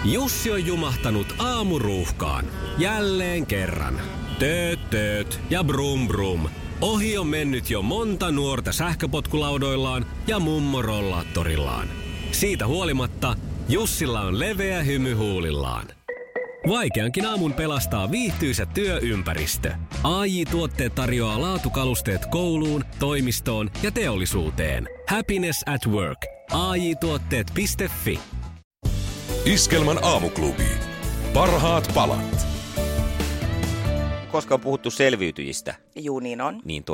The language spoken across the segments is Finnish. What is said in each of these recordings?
Jussi on jumahtanut aamuruuhkaan. Jälleen kerran. Tööt ja brum brum. Ohi on mennyt jo monta nuorta sähköpotkulaudoillaan ja mummorollaattorillaan. Siitä huolimatta Jussilla on leveä hymy huulillaan. Vaikeankin aamun pelastaa viihtyisä työympäristö. AJ-tuotteet tarjoaa laatukalusteet kouluun, toimistoon ja teollisuuteen. Happiness at work. AJ-tuotteet.fi. Iskelmän aamuklubi. Parhaat palat. Koska on puhuttu selviytyjistä. Juu, niin on. Niin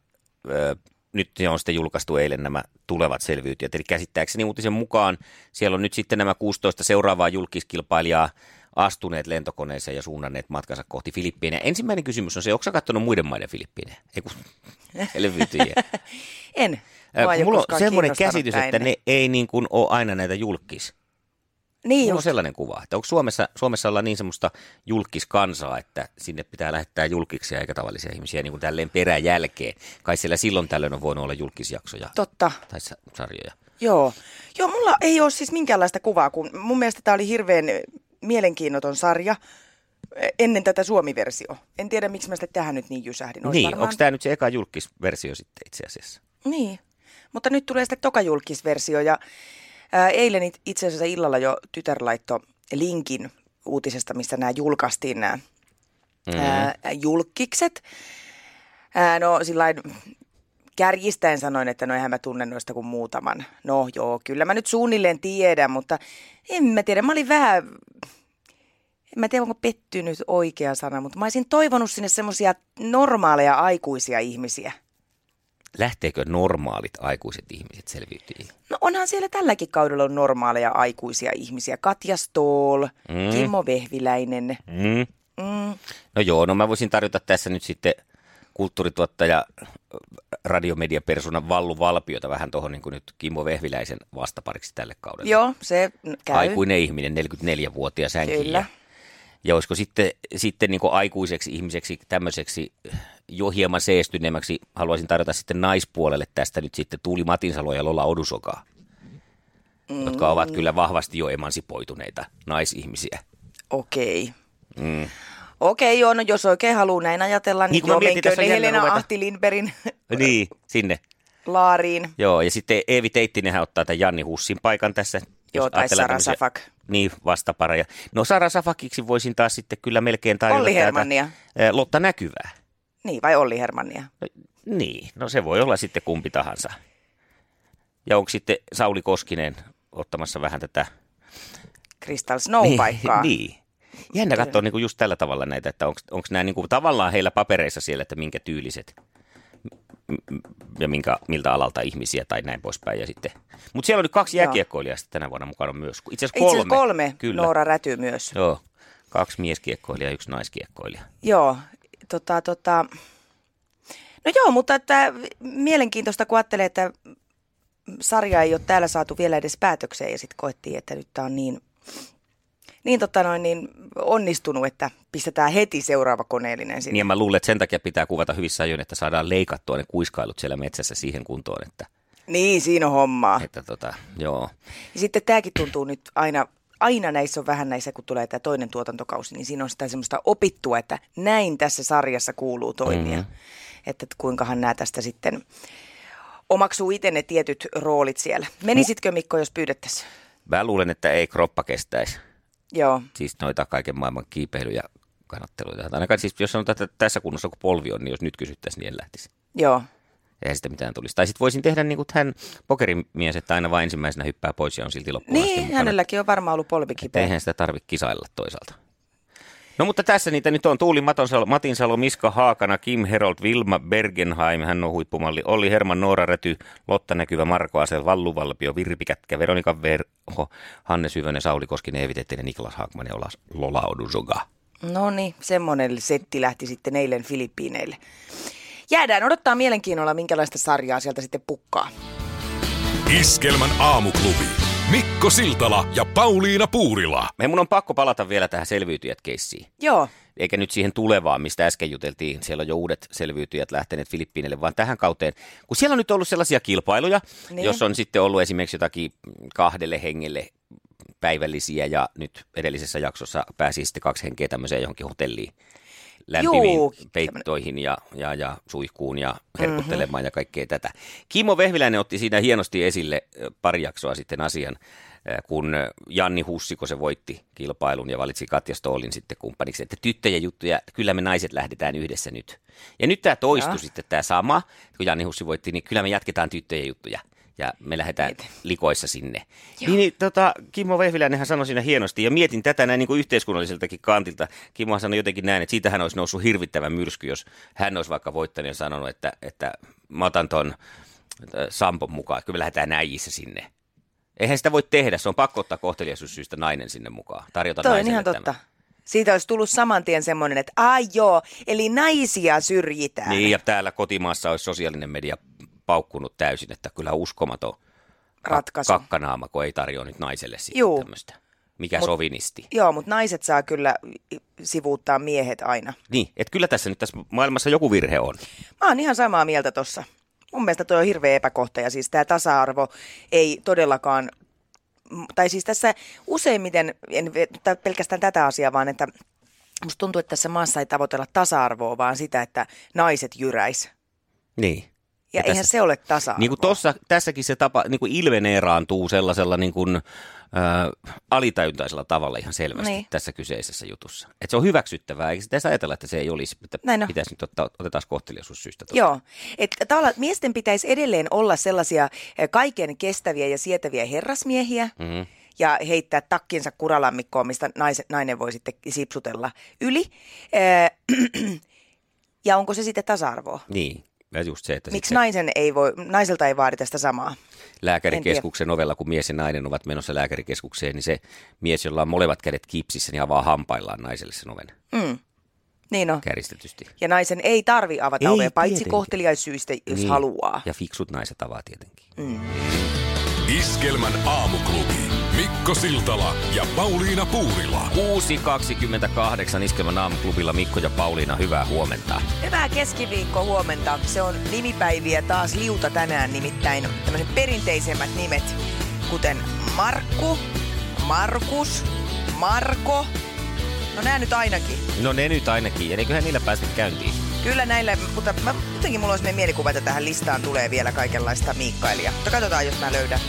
nyt on sitten julkaistu eilen nämä tulevat selviytyjät. Eli käsittääkseni uutisen mukaan siellä on nyt sitten nämä 16 seuraavaa julkiskilpailijaa astuneet lentokoneeseen ja suunnanneet matkansa kohti Filippiinejä. Ensimmäinen kysymys on se, onko sä katsonut muiden maiden Filippiinejä? Selviytyjiä. En. Mulla on semmoinen käsitys, että ne ei niin kuin ole aina näitä julkis. Niin mulla on sellainen kuva, että onko Suomessa ollaan niin semmoista julkiskansaa, että sinne pitää lähettää julkisia eikä tavallisia ihmisiä niin kuin tälleen peräjälkeen. Kai siellä silloin tällöin on voinut olla julkisjaksoja. Totta. Tai sarjoja. Joo, mulla ei ole siis minkäänlaista kuvaa, kun mun mielestä tämä oli hirveän mielenkiinnoton sarja ennen tätä Suomi-versio. En tiedä, miksi mä sitä tähän nyt niin jysähdin. Niin, onko tämä nyt se eka julkisversio sitten itse asiassa? Niin, mutta nyt tulee sitten toka julkisversio ja eilen itse asiassa illalla jo tytär laittoi linkin uutisesta, missä nämä julkaistiin nämä julkkikset. No sillain kärjistäen sanoin, että no eihän mä tunnen noista kuin muutaman. No joo, kyllä mä nyt suunnilleen tiedän, mutta en mä tiedä. Mä olin vähän, en mä tiedä onko pettynyt oikea sana, mutta mä olisin toivonut sinne semmoisia normaaleja aikuisia ihmisiä. Lähteekö normaalit aikuiset ihmiset selviytyjiin? No onhan siellä tälläkin kaudella on normaaleja aikuisia ihmisiä. Katja Stoll, Kimmo Vehviläinen. No joo, no mä voisin tarjota tässä nyt sitten kulttuurituottaja radiomediapersonan Vallu Valpiota vähän tuohon niin kuin nyt Kimmo Vehviläisen vastapariksi tälle kaudelle. Joo, se käy. Aikuinen ihminen, 44-vuotias hänkin. Kyllä. Ja olisiko sitten niin kuin aikuiseksi ihmiseksi tämmöiseksi jo hieman seestyneemmäksi haluaisin tarjota sitten naispuolelle tästä nyt sitten Tuuli Matinsalo ja Lola Odusokaa, jotka ovat kyllä vahvasti jo emansipoituneita naisihmisiä. Okei. Okei, joo, no jos oikein haluaa näin ajatella, niin joo, menköön ne Helena Ahti Lindbergin niin, sinne laariin. Joo, ja sitten Eevi Teittinenhän ottaa tämän Janni Hussin paikan tässä. Joo, tai Sara Safak. Niin, vastapareja. No Sara Safakiksi voisin taas sitten kyllä melkein tarjota Olli Hermannia. Lotta Näkyvää. Niin, vai Olli Hermannia? Niin, no se voi olla sitten kumpi tahansa. Ja onko sitten Sauli Koskinen ottamassa vähän tätä Crystal Snow-paikkaa? Niin. Jännä katsoa niin kuin just tällä tavalla näitä, että onko nämä niin kuin tavallaan heillä papereissa siellä, että minkä tyyliset ja miltä alalta ihmisiä tai näin poispäin. Ja sitten. Mutta siellä on nyt 2 jääkiekkoilijaa tänä vuonna mukana myös. Itse asiassa 3. Kyllä. Noora Räty myös. Joo, 2 mieskiekkoilijaa ja 1 naiskiekkoilija. Joo, no joo, mutta että mielenkiintoista, kun ajattelee, että sarja ei ole täällä saatu vielä edes päätökseen ja sitten koettiin, että nyt tämä on niin onnistunut, että pistetään heti seuraava koneellinen sinne. Niin mä luulen, että sen takia pitää kuvata hyvissä ajoin, että saadaan leikattua ne kuiskailut siellä metsässä siihen kuntoon, että niin, siinä on hommaa. Että joo. Ja sitten tämäkin tuntuu nyt aina näissä on vähän näissä, kun tulee tämä toinen tuotantokausi, niin siinä on sitä semmoista opittua, että näin tässä sarjassa kuuluu toimia. Että kuinkahan nämä tästä sitten omaksuu itse ne tietyt roolit siellä. Menisitkö Mikko, jos pyydettäisiin? Mä luulen, että ei kroppa kestäisi. Joo. Siis noita kaiken maailman kiipeilyjä, kannatteluita. Ainakaan siis, jos sanotaan, että tässä kunnossa kun polvi on, niin jos nyt kysyttäisiin, niin en lähtisi. Joo. Eihän sitä mitään tulisi. Tai sitten voisin tehdä niin kuin hän pokerimies, että aina vain ensimmäisenä hyppää pois ja on silti loppuun asti niin, mukana. Hänelläkin on varmaan ollut polvikipeä. Eihän sitä tarvitse kisailla toisaalta. No mutta tässä niitä nyt on Tuuli Matinsalo, Miska Haakana, Kim Herold, Vilma Bergenheim, hän on huippumalli, Olli Herman, Noora Räty, Lotta Näkyvä, Marko Asel, Vallu Valpio, Virpi Kätkä, Veronika Verho, Hanne Syvönen, Sauli Koskinen, Eevi Tettinen, Niklas Haakman ja Lola Odusoga. No niin, semmoinen setti lähti sitten eilen Filippiineille. Jäädään odottaa mielenkiinnolla, minkälaista sarjaa sieltä sitten pukkaa. Iskelmän aamuklubi. Mikko Siltala ja Pauliina Puurila. Mun on pakko palata vielä tähän selviytyjät-keissiin. Joo. Eikä nyt siihen tulevaan, mistä äsken juteltiin. Siellä on jo uudet selviytyjät lähteneet Filippiineille, vaan tähän kauteen. Kun siellä on nyt ollut sellaisia kilpailuja, niin. Jos on sitten ollut esimerkiksi jotakin 2 hengelle päivällisiä ja nyt edellisessä jaksossa pääsi sitten 2 henkeä tämmöiseen johonkin hotelliin lämpimiin peittoihin ja suihkuun ja herkuttelemaan ja kaikkea tätä. Kimmo Vehviläinen otti siinä hienosti esille pari jaksoa sitten asian, kun Janni Hussiko se voitti kilpailun ja valitsi Katja Ståhlin sitten kumppaniksi, että tyttöjen juttuja, kyllä me naiset lähdetään yhdessä nyt. Ja nyt tämä toistui sitten tämä sama, kun Janni Hussi voitti, niin kyllä me jatketaan tyttöjen juttuja. Ja me lähdetään likoissa sinne. Niin, Kimmo Vehviläinenhän sanoi siinä hienosti, ja mietin tätä näin niin kuin yhteiskunnalliseltakin kantilta. Kimmohan sanoi jotenkin näin, että siitähän olisi noussut hirvittävä myrsky, jos hän olisi vaikka voittanut ja sanonut, että mä otan ton Sampon mukaan, että kyllä me lähdetään äijissä sinne. Eihän sitä voi tehdä, se on pakko ottaa kohteliaisuussyistä nainen sinne mukaan, tarjota naiselle ihan tämä. totta. Siitä olisi tullut saman tien semmoinen, että eli naisia syrjitään. Niin, ja täällä kotimaassa olisi sosiaalinen media paukkunut täysin, että kyllä uskomaton ratkaisu. Kakkanaama, kun ei tarjoa nyt naiselle sitten tämmöistä. Mikä sovinisti. Joo, mutta naiset saa kyllä sivuuttaa miehet aina. Niin, että kyllä tässä nyt tässä maailmassa joku virhe on. Mä oon ihan samaa mieltä tossa. Mun mielestä toi on hirveä epäkohta ja siis tämä tasa-arvo ei todellakaan, tai siis tässä useimmiten, en pelkästään tätä asiaa, vaan että musta tuntuu, että tässä maassa ei tavoitella tasa-arvoa, vaan sitä, että naiset jyräis. Niin. Ja eihän se ole tasa-arvoa. Niin kuin tässäkin se tapa niin kuin ilmeneeraantuu sellaisella niin kuin, alitajuntaisella tavalla ihan selvästi tässä kyseisessä jutussa. Että se on hyväksyttävää, eikä sitä ajatella, että se ei olisi, että pitäisi nyt otetaan kohteliaisuussyistä. Joo, että tavallaan miesten pitäisi edelleen olla sellaisia kaiken kestäviä ja sietäviä herrasmiehiä, ja heittää takkinsa kuralammikkoon, mistä nainen voi sitten sipsutella yli. Ja onko se sitten tasa-arvoa? Niin. Ja just se, että miksi naiselta ei vaadita sitä samaa? Lääkärikeskuksen ovella, kun mies ja nainen ovat menossa lääkärikeskukseen, niin se mies, jolla on molemmat kädet kipsissä, niin avaa hampaillaan naiselle sen oven. Niin on. Kärjistetysti. Ja naisen ei tarvi avata ovea, paitsi kohteliaissyistä, jos haluaa. Ja fiksut naiset avaa tietenkin. Iskelmän aamuklubi. Mikko Siltala ja Pauliina Puurila. 6.28 Iskelmän aamuklubilla Mikko ja Pauliina, hyvää huomenta. Hyvää keskiviikko huomenta. Se on nimipäiviä taas liuta tänään, nimittäin tämmöiset perinteisemmät nimet, kuten Markku, Markus, Marko. No nää nyt ainakin. No ne nyt ainakin, ja eiköhän niillä päästä käyntiin. Kyllä näillä, mutta jotenkin mulla on sellainen mielikuva, että tähän listaan tulee vielä kaikenlaista Miikkailia. Mutta katsotaan, jos mä löydän.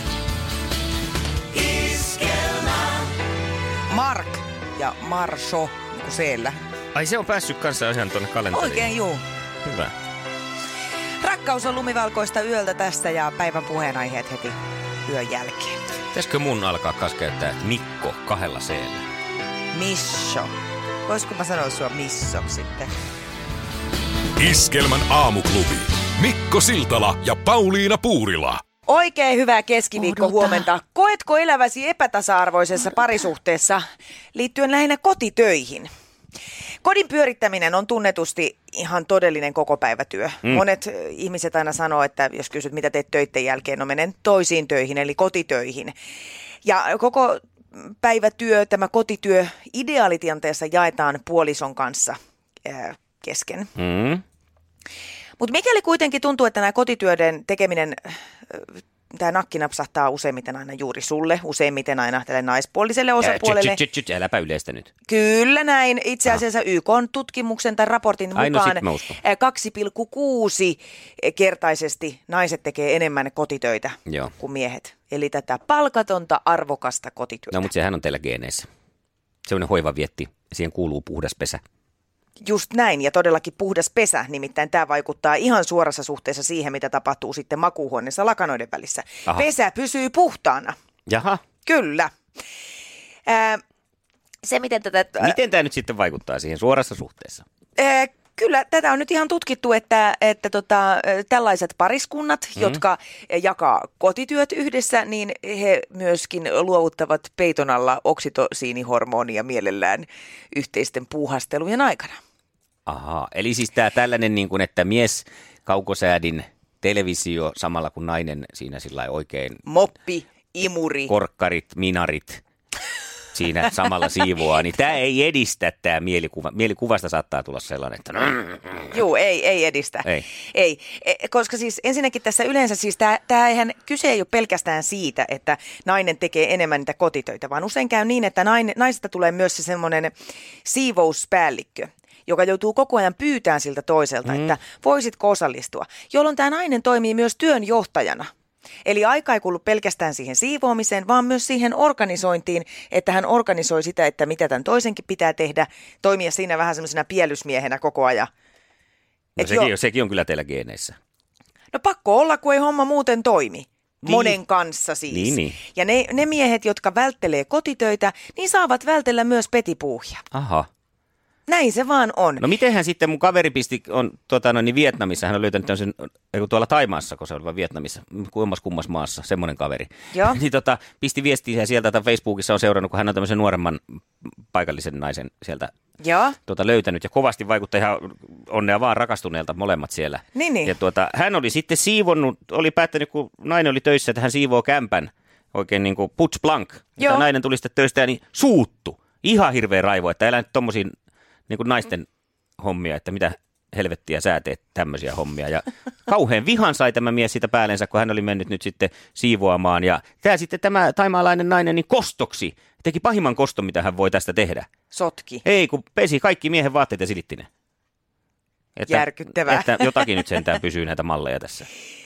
Mark ja Marso, niin kuin siellä. Ai se on päässyt kanssa ihan tuonne kalenteriin. Oikein, juu. Hyvä. Rakkaus on lumivalkoista yöltä tästä ja päivän puheenaiheet heti yön jälkeen. Pitäisikö mun alkaa kanssa käyttää Mikko 2 C:llä? Misso. Voisiko mä sanoa sua Missoksi sitten? Iskelmän aamuklubi. Mikko Siltala ja Pauliina Puurila. Oikein hyvää keskiviikko huomenta. Koetko eläväsi epätasa-arvoisessa parisuhteessa liittyen lähinnä kotitöihin? Kodin pyörittäminen on tunnetusti ihan todellinen kokopäivätyö. Monet ihmiset aina sanoo, että jos kysyt mitä teet töiden jälkeen, no menen toisiin töihin eli kotitöihin. Ja koko päivätyö, tämä kotityö ideaalitilanteessa jaetaan puolison kanssa kesken. Mutta mikäli kuitenkin tuntuu, että nämä kotityöiden tekeminen, tämä nakki napsahtaa useimmiten aina juuri sulle, useimmiten aina tälle naispuoliselle osapuolelle. Äläpä yleistä nyt. Kyllä näin. Itse asiassa YK-tutkimuksen tai raportin mukaan 2,6-kertaisesti naiset tekee enemmän kotitöitä kuin miehet. Eli tätä palkatonta, arvokasta kotityötä. No mutta sehän on teillä geeneissä. Sellainen hoivavietti, siihen kuuluu puhdas pesä. Just näin, ja todellakin puhdas pesä, nimittäin tämä vaikuttaa ihan suorassa suhteessa siihen, mitä tapahtuu sitten makuuhuoneessa lakanoiden välissä. Aha. Pesä pysyy puhtaana. Jaha. Kyllä. Miten tämä nyt sitten vaikuttaa siihen suorassa suhteessa? Kyllä, tätä on nyt ihan tutkittu, että tällaiset pariskunnat, jotka jakaa kotityöt yhdessä, niin he myöskin luovuttavat peiton alla oksitosiinihormonia mielellään yhteisten puuhastelujen aikana. Ahaa, eli siis tämä tällainen, niin kuin, että mies kaukosäädin televisio samalla kuin nainen siinä sillä oikein... Moppi, imuri. Korkkarit, minarit. siinä samalla siivoaa, niin tämä ei edistä tämä mielikuva. Mielikuvasta saattaa tulla sellainen, että... Joo, ei edistä. Ei. Koska siis ensinnäkin tässä yleensä siis eihän kyse ei ole pelkästään siitä, että nainen tekee enemmän niitä kotitöitä, vaan usein käy niin, että naisesta tulee myös se semmoinen siivouspäällikkö, joka joutuu koko ajan pyytämään siltä toiselta, että voisitko osallistua, jolloin tämä nainen toimii myös työnjohtajana. Eli aika ei kulu pelkästään siihen siivoamiseen, vaan myös siihen organisointiin, että hän organisoi sitä, että mitä tämän toisenkin pitää tehdä, toimia siinä vähän semmoisena pielysmiehenä koko ajan. No sekin on kyllä teillä geeneissä. No pakko olla, kun ei homma muuten toimi. Monen kanssa siis. Niin. Ja ne miehet, jotka välttelee kotitöitä, niin saavat vältellä myös petipuuhia. Aha. Näin se vaan on. No mitenhän sitten mun kaveri on Vietnamissa, hän on löytänyt sen, tuolla Taimaassa, kun se oli vai Vietnamissa, kummas maassa, semmoinen kaveri. Joo. Niin pisti viestiä sieltä, että Facebookissa on seurannut, kun hän on tämmöisen nuoremman paikallisen naisen sieltä löytänyt ja kovasti vaikuttaa ihan onnea vaan rakastuneelta molemmat siellä. Niin. Ja hän oli sitten siivonnut, oli päättänyt, kun nainen oli töissä, että hän siivoo kämpän oikein niin kuin puts blank. Ja nainen tuli sitten töistä ja niin suuttu. Ihan hirveä raivo, että elää nyt tommosiin niin kuin naisten hommia, että mitä helvettiä sä teet tämmöisiä hommia. Ja kauhean vihan sai tämä mies siitä päällensä, kun hän oli mennyt nyt sitten siivoamaan. Ja tämä taimaalainen nainen niin kostoksi teki pahimman koston, mitä hän voi tästä tehdä. Sotki. Ei, kun pesi kaikki miehen vaatteet ja silitti ne. Järkyttävää. Että jotakin nyt sentään pysyy näitä malleja tässä.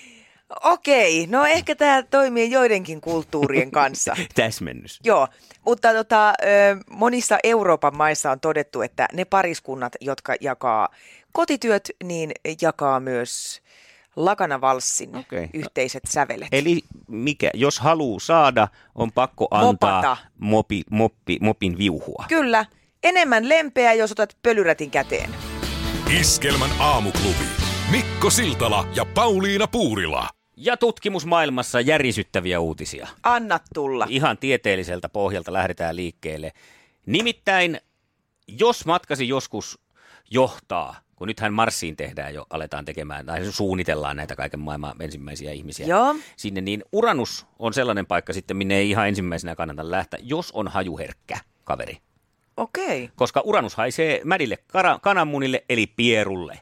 Okei, no ehkä tämä toimii joidenkin kulttuurien kanssa. Täsmennys. Joo, mutta monissa Euroopan maissa on todettu, että ne pariskunnat, jotka jakaa kotityöt, niin jakaa myös lakanavalssin yhteiset sävelet. Eli jos haluaa saada, on pakko antaa mopin viuhua. Kyllä, enemmän lempeä, jos otat pölyrätin käteen. Iskelmän aamuklubi. Mikko Siltala ja Pauliina Puurila. Ja tutkimusmaailmassa järisyttäviä uutisia. Anna tulla. Ihan tieteelliseltä pohjalta lähdetään liikkeelle. Nimittäin, jos matkasi joskus johtaa, kun nythän Marsiin tehdään jo, aletaan tekemään, tai suunnitellaan näitä kaiken maailman ensimmäisiä ihmisiä sinne, niin Uranus on sellainen paikka sitten, minne ei ihan ensimmäisenä kannata lähteä, jos on hajuherkkä kaveri. Okei. Koska Uranus haisee mädille kananmunille, eli pierulle.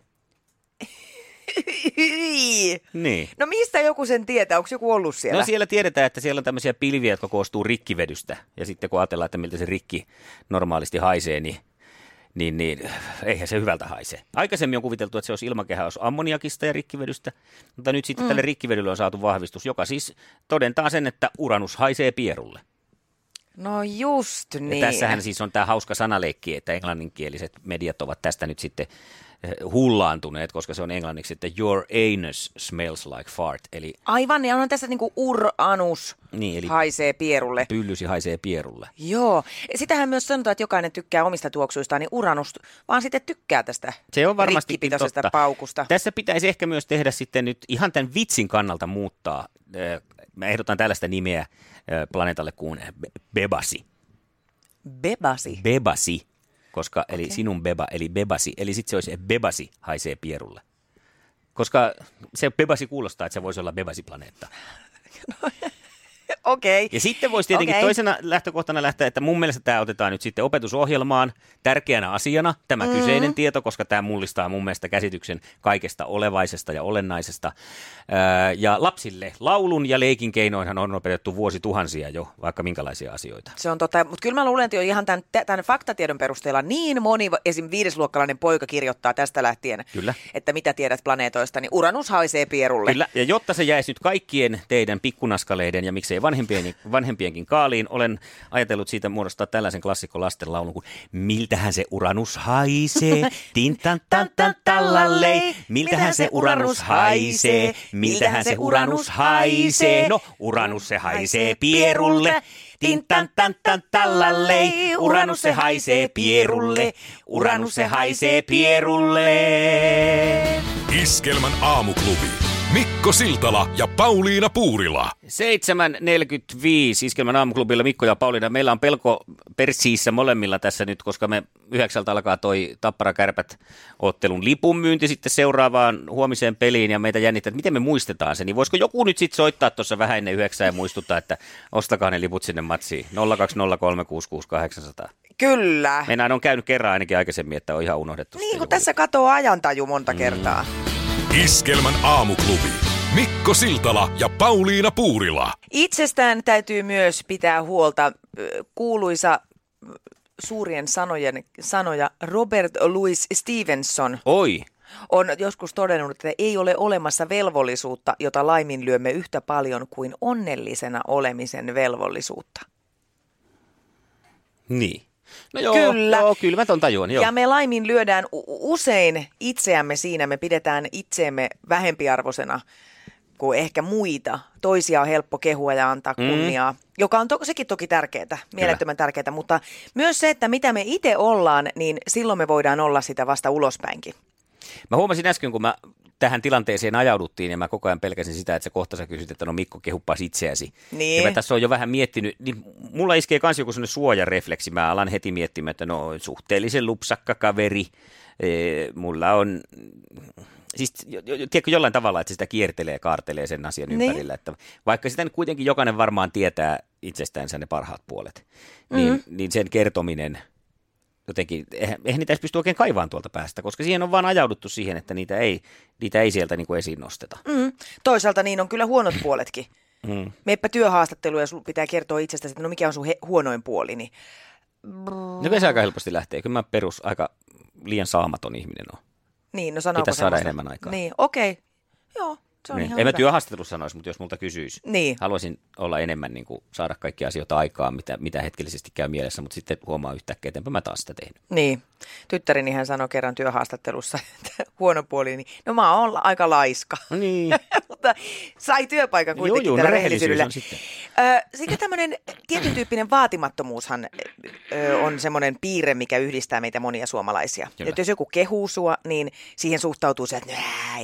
Niin. No mistä joku sen tietää? Onko joku ollut siellä? No siellä tiedetään, että siellä on tämmöisiä pilviä, jotka koostuu rikkivedystä. Ja sitten kun ajatellaan, että miltä se rikki normaalisti haisee, niin eihän se hyvältä haise. Aikaisemmin on kuviteltu, että se olisi ilmakehä olisi ammoniakista ja rikkivedystä, mutta nyt sitten tälle rikkivedylle on saatu vahvistus, joka siis todentaa sen, että Uranus haisee pierulle. No just niin. Ja tässähän siis on tämä hauska sanaleikki, että englanninkieliset mediat ovat tästä nyt sitten hullaantuneet, koska se on englanniksi, että your anus smells like fart. Eli aivan, ja on tässä niinku uranus haisee pierulle. Pyllysi haisee pierulle. Joo. Sitähän myös sanotaan, että jokainen tykkää omista tuoksuistaan, niin Uranus vaan sitten tykkää tästä se on rikkipitoisesta paukusta. Tässä pitäisi ehkä myös tehdä sitten nyt ihan tämän vitsin kannalta muuttaa. Mä ehdotan tällaista nimeä planeetalle kuin Bebasi. Bebasi? Bebasi. Koska, eli sinun beba, eli bebasi, eli sitten se olisi bebasi haisee pierulle. Koska se bebasi kuulostaa, että se voisi olla bebasi-planeetta. Okei. Ja sitten voisi tietenkin toisena lähtökohtana lähteä, että mun mielestä tämä otetaan nyt sitten opetusohjelmaan tärkeänä asiana, tämä kyseinen tieto, koska tämä mullistaa mun mielestä käsityksen kaikesta olevaisesta ja olennaisesta. Ja lapsille laulun ja leikin keinoinhan on opetettu vuosituhansia jo, vaikka minkälaisia asioita. Se on totta, mutta kyllä mä luulen, että jo ihan tämän faktatiedon perusteella niin moni, esim. 5-luokkalainen poika kirjoittaa tästä lähtien, että mitä tiedät planeetoista, niin Uranus haisee pierulle. Kyllä, ja jotta se jäisi nyt kaikkien teidän pikkunaskaleiden ja miksei vanhempienkin kaaliin, olen ajatellut siitä muodostaa tällaisen klassikko lastenlaulun kuin miltähän se Uranus haisee, tintan tantan tallallei, miltähän se Uranus haisee, miltähän se Uranus haisee, no Uranus se haisee pierulle, tintan tantan tallallei, Uranus se haisee pierulle, Uranus se haisee pierulle. Iskelmän aamuklubi. Mikko Siltala ja Pauliina Puurila. 7.45 Iskelmän aamuklubilla Mikko ja Pauliina. Meillä on pelko persiissä molemmilla tässä nyt, koska me 9 alkaa toi Tappara Kärpät -ottelun lipunmyynti sitten seuraavaan huomiseen peliin ja meitä jännittää, että miten me muistetaan se. Niin voisiko joku nyt sitten soittaa tuossa vähän ennen 9 ja muistuttaa, että ostakaa ne liput sinne matsiin 020366800. Kyllä. Meinaan on käynyt kerran ainakin aikaisemmin, että on ihan unohdettu. Niin kuin tässä katoaa ajantaju monta kertaa. Iskelmän aamuklubi. Mikko Siltala ja Pauliina Puurila. Itsestään täytyy myös pitää huolta. Kuuluisa suurien sanoja Robert Louis Stevenson Oi. on joskus todennut, että ei ole olemassa velvollisuutta, jota laiminlyömme yhtä paljon kuin onnellisena olemisen velvollisuutta. Niin. No joo, kyllä mä ton tajuan. Joo. Ja me laiminlyödään usein itseämme siinä, me pidetään itseämme vähempiarvoisena kuin ehkä muita. Toisia on helppo kehua ja antaa kunniaa, joka on sekin toki tärkeää, mielettömän tärkeää, mutta myös se, että mitä me itse ollaan, niin silloin me voidaan olla sitä vasta ulospäinkin. Mä huomasin äsken, kun mä tähän tilanteeseen ajauduttiin ja mä koko ajan pelkäsin sitä, että kohta sä kysyt, että no Mikko, kehuppas itseäsi. Niin. Ja mä tässä on jo vähän miettinyt, niin mulla iskee kans joku sellainen suojarefleksi. Mä alan heti miettimään, että no suhteellisen lupsakka kaveri. Mulla on, siis tiedätkö jollain tavalla, että se sitä kiertelee ja kaartelee sen asian ympärillä. Että vaikka sitä nyt kuitenkin jokainen varmaan tietää itsestäänsä ne parhaat puolet, niin sen kertominen jotenkin, eihän niitä edes pysty oikein kaivaan tuolta päästä, koska siihen on vaan ajauduttu siihen, että niitä ei sieltä niin kuin esiin nosteta. Toisaalta niin on kyllä huonot puoletkin. Meppä työhaastatteluun ja sun pitää kertoa itsestäsi, että no mikä on sun huonoin puoli. Niin... No se aika helposti lähtee. Kyllä mä aika liian saamaton ihminen on. Niin, no sanooko pitäisi saada enemmän aikaa. Niin, okei. Joo. Se on niin. ihan En hyvä. mä työhaastattelussa sanoisi, mutta jos multa kysyisi, niin. Haluaisin olla enemmän niin kuin, saada kaikkia asioita aikaan, mitä hetkellisesti käy mielessä, mutta sitten huomaa yhtäkkiä, että enpä mä taas sitä tehnyt. Niin. Tyttäreni hän sanoi kerran työhaastattelussa, että huono puoli, niin no mä oon aika laiska. Niin. Mutta sai työpaikan kuitenkin tällä rehellisyydellä. Sitten tämmöinen tietyn tyyppinen vaatimattomuushan on semmoinen piirre, mikä yhdistää meitä monia suomalaisia. Että jos joku kehuu sua, niin siihen suhtautuu se, että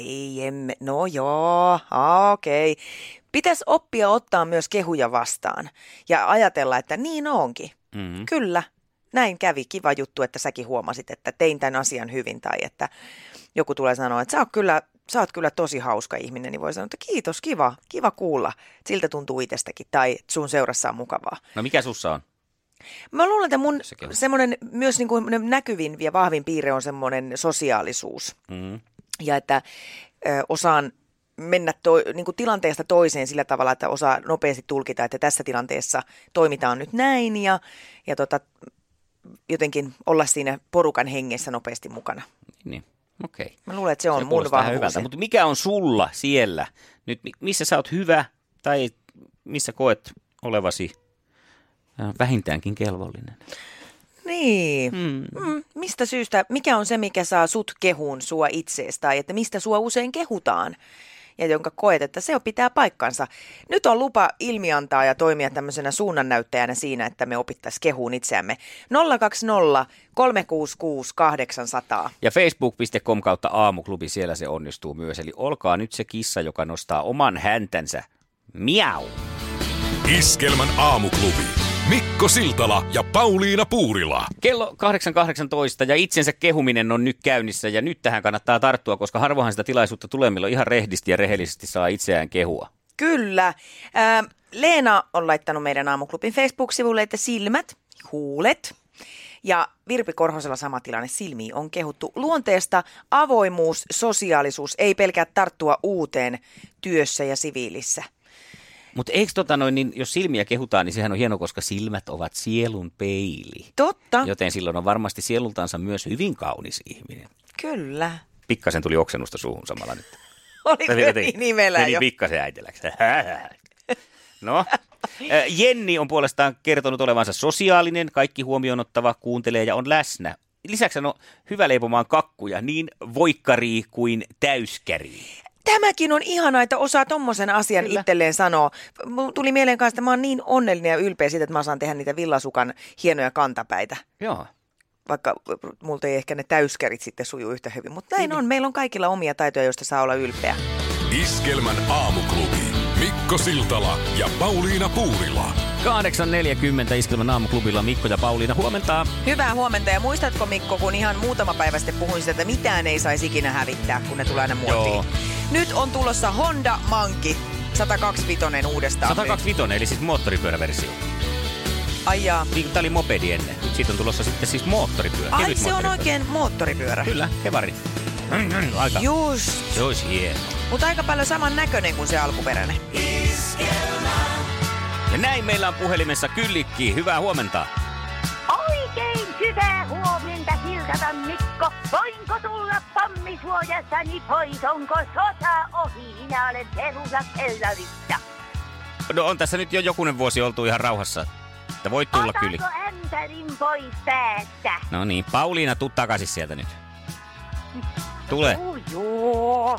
no joo, okei. Pitäisi oppia ottaa myös kehuja vastaan ja ajatella, että niin onkin. Mm-hmm. Kyllä, näin kävi. Kiva juttu, että säkin huomasit, että tein tämän asian hyvin. Tai että joku tulee sanoa, että sä oot kyllä tosi hauska ihminen, niin voi sanoa, että kiitos, kiva kuulla. Siltä tuntuu itsestäkin tai sun seurassa on mukavaa. No mikä sussa on? Mä luulen, että mun semmoinen myös niin kuin näkyvin ja vahvin piirre on semmoinen sosiaalisuus. Mm-hmm. Ja että osaan mennä niin kuin tilanteesta toiseen sillä tavalla, että osaa nopeasti tulkita, että tässä tilanteessa toimitaan nyt näin ja jotenkin olla siinä porukan hengessä nopeasti mukana. Niin, okei. Mä luulen, että se on mun vahvuus. Mutta mikä on sulla siellä nyt, missä sä oot hyvä tai missä koet olevasi vähintäänkin kelvollinen? Niin. Mistä syystä, mikä on se, mikä saa sut kehuun sua itseesi tai että mistä sua usein kehutaan ja jonka koet, että se pitää paikkansa. Nyt on lupa ilmiantaa ja toimia tämmöisenä suunnannäyttäjänä siinä, että me opittaisiin kehuun itseämme. 020 366 800. Ja facebook.com/aamuklubi, siellä se onnistuu myös. Eli olkaa nyt se kissa, joka nostaa oman häntänsä. Miau! Iskelmän aamuklubi. Mikko Siltala ja Pauliina Puurila. Kello 8.18 ja itsensä kehuminen on nyt käynnissä ja nyt tähän kannattaa tarttua, koska harvoinhan sitä tilaisuutta tulee, milloin ihan rehdisti ja rehellisesti saa itseään kehua. Kyllä. Leena on laittanut meidän aamuklubin Facebook-sivulle, että silmät, huulet ja Virpi Korhosella sama tilanne, silmiin on kehuttu. Luonteesta avoimuus, sosiaalisuus, ei pelkää tarttua uuteen työssä ja siviilissä. Mutta eikö niin jos silmiä kehutaan, niin sehän on hieno, koska silmät ovat sielun peili. Totta. Joten silloin on varmasti sielultansa myös hyvin kaunis ihminen. Kyllä. Pikkasen tuli oksennusta suuhun samalla nyt. Oliko niin nimellä jo? Meni pikkasen äitiläksi. No, Jenni on puolestaan kertonut olevansa sosiaalinen, kaikki huomioon ottava, kuuntelee ja on läsnä. Lisäksi on hyvä leipomaan kakkuja, niin voikkaria kuin täyskäriä. Tämäkin on ihanaa, että osaa tommosen asian Kyllä. itselleen sanoa. Tuli mieleen kanssa, että mä oon niin onnellinen ja ylpeä siitä, että mä saan tehdä niitä villasukan hienoja kantapäitä. Joo. Vaikka multa ei ehkä ne täyskärit sitten suju yhtä hyvin, mutta näin on. Meillä on kaikilla omia taitoja, joista saa olla ylpeä. Iskelmän aamuklubi. Mikko Siltala ja Pauliina Puurila. 8.40 Iskelmän aamuklubilla Mikko ja Pauliina. Huomenta. Hyvää huomenta. Ja muistatko, Mikko, kun ihan muutama päivä sitten puhuin sitä, että mitään ei saisi ikinä hävittää, kun ne tulee aina muotiin. Joo. Nyt on tulossa Honda Monkey 125 uudestaan. 125, eli siis moottoripyöräversio. Ai jaa. Niin, tämä oli mopedi ennen. Nyt siitä on tulossa sitten siis moottoripyörä. Ai, se on oikein moottoripyörä. Kyllä, hevari. Aika. Just. Se olisi hieno. Mutta aika paljon saman näköinen kuin se alkuperäinen. Ja näin meillä on puhelimessa Kyllikki. Hyvää huomenta. Oikein hyvää huomenta, Siltalan Mikko. Voinko tulla pommisuojassani pois? Onko sota ohi? Minä olen perulla kellarissa. No on tässä nyt jo jokunen vuosi oltu ihan rauhassa. Että voit tulla Kyllikki. Otanko ämpärin pois päästä? No niin, Pauliina, tuu takaisin sieltä nyt. Tule. Joo.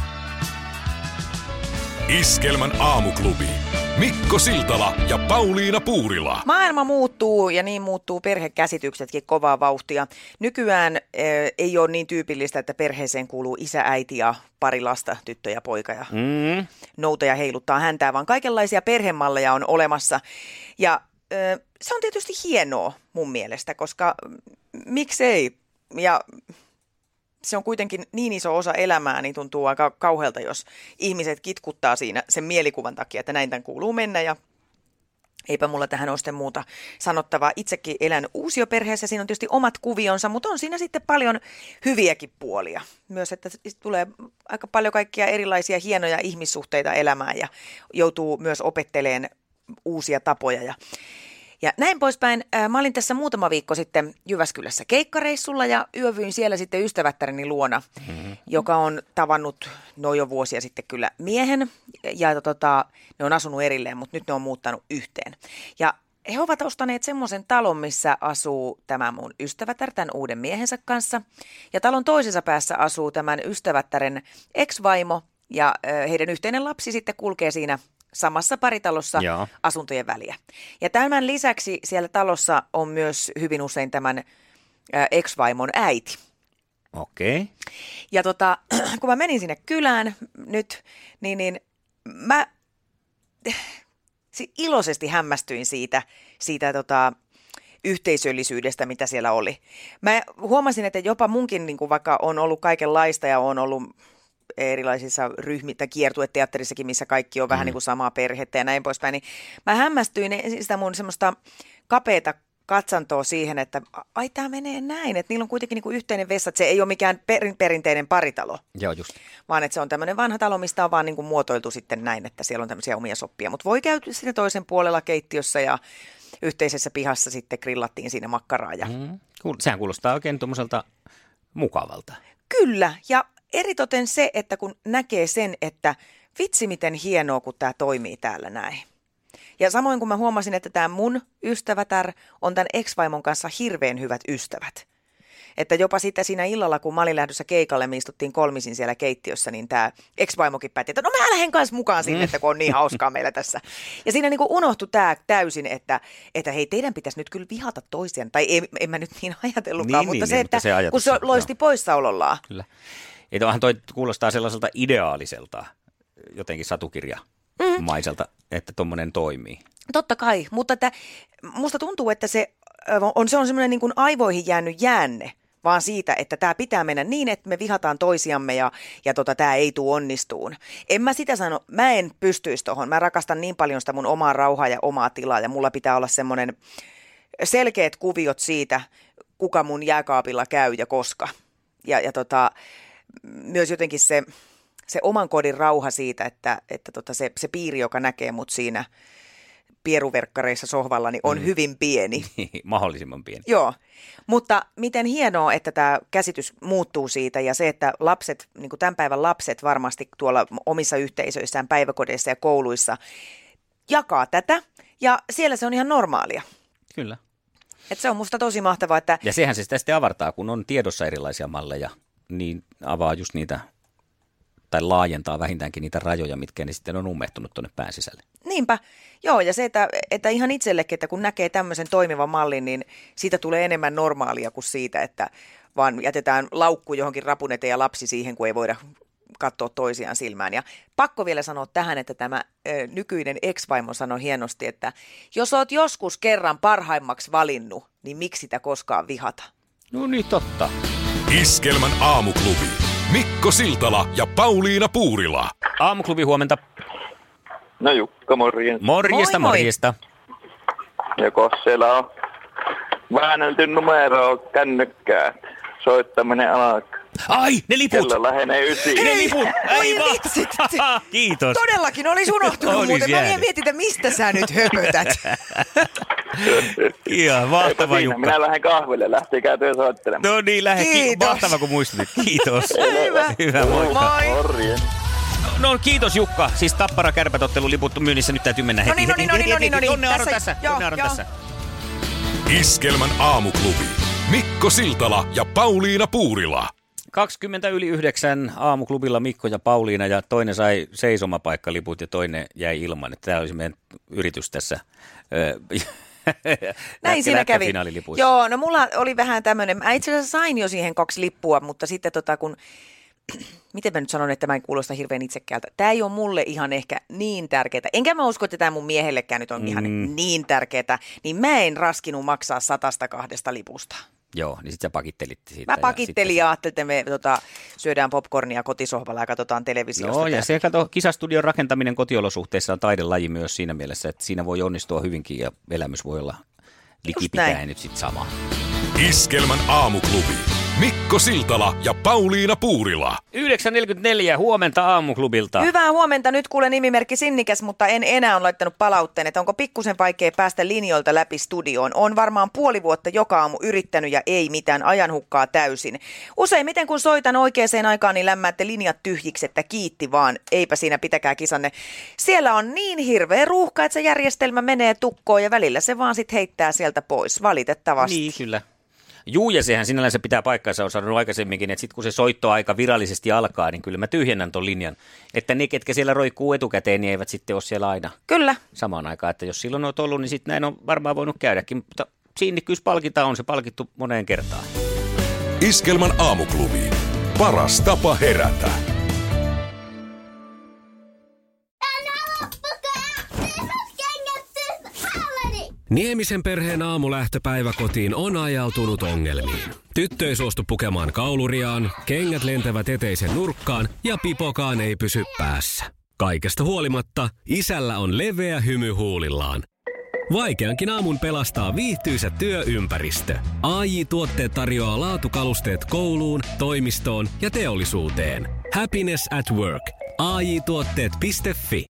Iskelmän aamuklubi. Mikko Siltala ja Pauliina Puurila. Maailma muuttuu ja niin muuttuu perhekäsityksetkin kovaa vauhtia. Nykyään ei ole niin tyypillistä, että perheeseen kuuluu isä, äiti ja pari lasta, tyttö ja poika ja noutaja heiluttaa häntää, vaan kaikenlaisia perhemalleja on olemassa. Ja se on tietysti hienoa mun mielestä, koska miksei? Ja se on kuitenkin niin iso osa elämää, niin tuntuu aika kauhealta, jos ihmiset kitkuttaa siinä sen mielikuvan takia, että näin tämän kuuluu mennä. Ja eipä mulla tähän ole sitten muuta sanottavaa. Itsekin elän uusioperheessä, siinä on tietysti omat kuvionsa, mutta on siinä sitten paljon hyviäkin puolia. Myös, että tulee aika paljon kaikkia erilaisia hienoja ihmissuhteita elämään ja joutuu myös opettelemaan uusia tapoja ja näin poispäin. Mä olin tässä muutama viikko sitten Jyväskylässä keikkareissulla ja yövyin siellä sitten ystävättäreni luona, joka on tavannut jo vuosia sitten kyllä miehen. Ja ne on asunut erilleen, mutta nyt ne on muuttanut yhteen. Ja he ovat ostaneet semmoisen talon, missä asuu tämä mun ystävätär tämän uuden miehensä kanssa. Ja talon toisessa päässä asuu tämän ystävättären ex-vaimo ja heidän yhteinen lapsi sitten kulkee siinä samassa paritalossa asuntojen väliä. Ja tämän lisäksi siellä talossa on myös hyvin usein tämän ex-vaimon äiti. Okei. Ja kun mä menin sinne kylään nyt, niin mä iloisesti hämmästyin siitä yhteisöllisyydestä, mitä siellä oli. Mä huomasin, että jopa munkin, niin kuin vaikka on ollut kaikenlaista ja on ollut erilaisissa tai kiertueteatterissakin, missä kaikki on vähän niin kuin samaa perhettä ja näin poispäin, niin mä hämmästyin sitä mun semmoista kapeata katsantoa siihen, että ai tää menee näin, että niillä on kuitenkin niin kuin yhteinen vessa, että se ei ole mikään perinteinen paritalo. Joo, just. Vaan että se on tämmöinen vanha talo, mistä on vaan niin kuin muotoiltu sitten näin, että siellä on tämmöisiä omia soppia, mutta voi käydä sitten toisen puolella keittiössä ja yhteisessä pihassa sitten grillattiin siinä makkaraa. Sehän kuulostaa oikein tuommoiselta mukavalta. Kyllä, ja eritoten se, että kun näkee sen, että vitsi miten hienoa, kun tämä toimii täällä näin. Ja samoin kun mä huomasin, että tämä mun ystävätär on tämän ex-vaimon kanssa hirveän hyvät ystävät. Että jopa sitten siinä illalla, kun mä olin lähdössä keikalle, me istuttiin kolmisin siellä keittiössä, niin tämä ex-vaimokin päätti, että no mä lähden kanssa mukaan sinne, että kun on niin hauskaa meillä tässä. Ja siinä niin kuin unohtui tämä täysin, että hei, teidän pitäisi nyt kyllä vihata toisiaan. Tai en mä nyt niin ajatellutkaan, mutta se, että se ajatus, kun se loisti poissaolollaan. Kyllä. Ei toihan toi kuulostaa sellaiselta ideaaliselta, jotenkin satukirjamaiselta, että tommonen toimii. Totta kai, mutta musta tuntuu, että se on semmoinen niin kuin aivoihin jäänyt jäänne, vaan siitä, että tämä pitää mennä niin, että me vihataan toisiamme ja tämä ei tule onnistuun. En mä sitä sano, mä en pystyisi tohon. Mä rakastan niin paljon sitä mun omaa rauhaa ja omaa tilaa ja mulla pitää olla semmoinen selkeät kuviot siitä, kuka mun jääkaapilla käy ja koska. Ja myös jotenkin se oman kodin rauha siitä, että se piiri, joka näkee mut siinä pieruverkkareissa sohvalla, niin on hyvin pieni. Mahdollisimman pieni. Joo, mutta miten hienoa, että tämä käsitys muuttuu siitä ja se, että lapset, niin kuin tämän päivän lapset varmasti tuolla omissa yhteisöissään, päiväkodeissa ja kouluissa jakaa tätä ja siellä se on ihan normaalia. Kyllä. Että se on musta tosi mahtavaa, että... Ja sehän se sitä sitten avartaa, kun on tiedossa erilaisia malleja, niin avaa just niitä, tai laajentaa vähintäänkin niitä rajoja, mitkä ne sitten on ummehtunut tuonne pään sisälle. Niinpä, joo, ja se, että ihan itsellekin, että kun näkee tämmöisen toimivan mallin, niin siitä tulee enemmän normaalia kuin siitä, että vaan jätetään laukku johonkin rapun eteen ja lapsi siihen, kun ei voida katsoa toisiaan silmään. Ja pakko vielä sanoa tähän, että tämä nykyinen ex-vaimo sanoi hienosti, että jos oot joskus kerran parhaimmaksi valinnut, niin miksi sitä koskaan vihata? No niin, totta. Iskelmän aamuklubi. Mikko Siltala ja Pauliina Puurila. Aamuklubi, huomenta. No Jukka, morjens. Morjesta, Moi, moi. morjesta. Joko siellä on väännelty numeroa kännykkää. Soittaminen alkaa. Ai, ne liput! Kello lähenee 9. Ne liput! Ai Voi vitsit! Kiitos. Todellakin, olisi unohtunut Olis muuten. Mä jäänyt. mietin, että mistä sä nyt höpötät. Ihan mahtava Siinä, Jukka. minä lähden kahville, lähti käytyä soittelemaan. No niin, lähde. Kiitos. Mahtava, kun muistutit. Kiitos. Hyvä. Hyvä, moikka. Moi. Morjens. No kiitos Jukka. Siis Tappara Kärpätottelu liput myynnissä. Nyt täytyy mennä heti. No niin. Tonne Aaro Tässä, tässä. joo, Tonne Aaro joo. tässä. Iskelmän aamuklubi. Mikko Siltala ja Pauliina Puurila. 20:09 aamuklubilla Mikko ja Pauliina ja toinen sai seisomapaikaliput ja toinen jäi ilman. Tämä olisi meidän yritys tässä. Näin siinä kävi. Lätkäfinaalilipuissa. Joo, no mulla oli vähän tämmöinen, mä itse asiassa sain jo siihen 2 lippua, mutta sitten kun, miten mä nyt sanon, että mä en kuulosta hirveän itsekkäältä. Tämä ei ole mulle ihan ehkä niin tärkeää, enkä mä usko, että tämä mun miehellekään nyt on ihan niin tärkeää, niin mä en raskinut maksaa 102 lipusta. Joo, niin sitten sä pakittelit siitä. Mä pakittelin ja ajattelin, että me syödään popcornia kotisohvalla ja katsotaan televisiosta. Joo, ja se kisastudion rakentaminen kotiolosuhteissa on taidelaji myös siinä mielessä, että siinä voi onnistua hyvinkin ja elämys voi olla likipitäen nyt sitten sama. Iskelmän aamuklubi. Mikko Siltala ja Pauliina Puurila. 9.44 huomenta aamuklubilta. Hyvää huomenta. Nyt kuule nimimerkki Sinnikäs, mutta en enää ole laittanut palautteen, että onko pikkusen vaikea päästä linjoilta läpi studioon. On varmaan puoli vuotta joka aamu yrittänyt ja ei mitään, ajanhukkaa täysin. Useimmiten kun soitan oikeaan aikaan, niin lämmäätte linjat tyhjiksi, että kiitti vaan. Eipä siinä, pitäkää kisanne. Siellä on niin hirveä ruuhka, että se järjestelmä menee tukkoon ja välillä se vaan sit heittää sieltä pois, valitettavasti. Niin, kyllä. Juu, ja sehän sinällään se pitää paikkaansa, on sanonut aikaisemminkin, että sitten kun se soittoaika virallisesti alkaa, niin kyllä mä tyhjennän ton linjan. Että ne, ketkä siellä roikkuu etukäteen, niin eivät sitten ole siellä aina Kyllä. samaan aikaan. Että jos silloin olet ollut, niin sitten näin on varmaan voinut käydäkin. Mutta sinnikkyyspalkinta on se palkittu moneen kertaan. Iskelmän aamuklubi. Paras tapa herätä. Niemisen perheen aamulähtöpäivä kotiin on ajautunut ongelmiin. Tyttö ei suostu pukemaan kauluriaan, kengät lentävät eteisen nurkkaan ja pipokaan ei pysy päässä. Kaikesta huolimatta, isällä on leveä hymy huulillaan. Vaikeankin aamun pelastaa viihtyisä työympäristö. AJ-tuotteet tarjoaa laatukalusteet kouluun, toimistoon ja teollisuuteen. Happiness at work. AJ-tuotteet.fi